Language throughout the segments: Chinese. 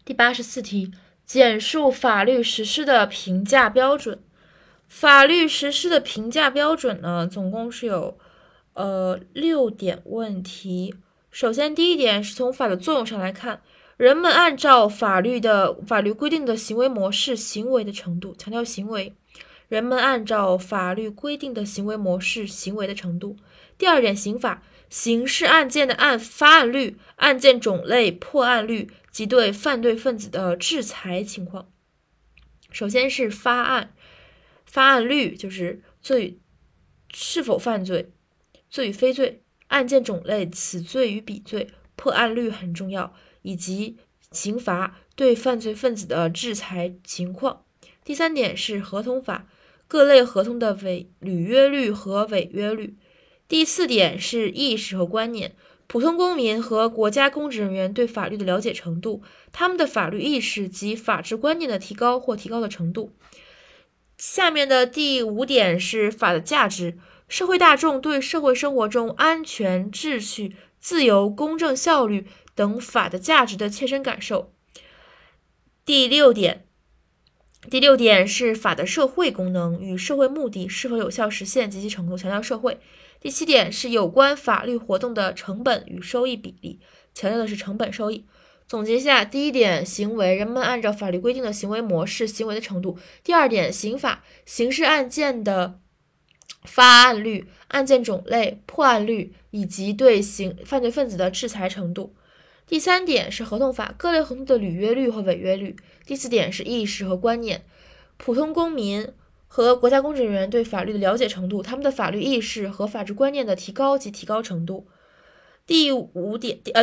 第84题，简述法律实施的评价标准。法律实施的评价标准呢，总共是有6点问题。首先，第一点是从法的作用上来看，人们按照法律规定的行为模式行为的程度，强调行为。人们按照法律规定的行为模式行为的程度。第二点，刑法，刑事案件的发案率、案件种类、破案率及对犯罪分子的制裁情况。首先是发案率，就是罪与是否犯罪，罪与非罪，案件种类，此罪与彼罪，破案率很重要，以及刑罚对犯罪分子的制裁情况。第三点是合同法，各类合同的履约率和违约率。第四点是意识和观念，普通公民和国家公职人员对法律的了解程度，他们的法律意识及法治观念的提高或提高的程度。下面的第5点是法的价值，社会大众对社会生活中安全、秩序、自由、公正、效率等法的价值的切身感受。第六点是法的社会功能与社会目的是否有效实现及其程度，强调社会。第7点是有关法律活动的成本与收益比例，强调的是成本收益。总结下，第1点，行为，人们按照法律规定的行为模式行为的程度。第2点，刑法，刑事案件的发案率、案件种类、破案率以及对犯罪分子的制裁程度。第3点是合同法，各类合同的履约率和违约率。第4点是意识和观念，普通公民和国家公职人员对法律的了解程度，他们的法律意识和法治观念的提高及提高程度。第5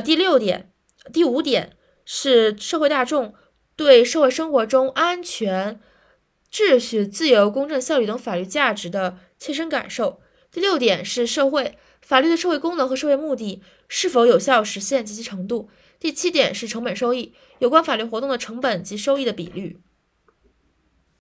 点是社会大众对社会生活中安全、秩序、自由、公正、效率等法律价值的切身感受。第6点是社会，法律的社会功能和社会目的是否有效实现及其程度。第7点是成本收益，有关法律活动的成本及收益的比率。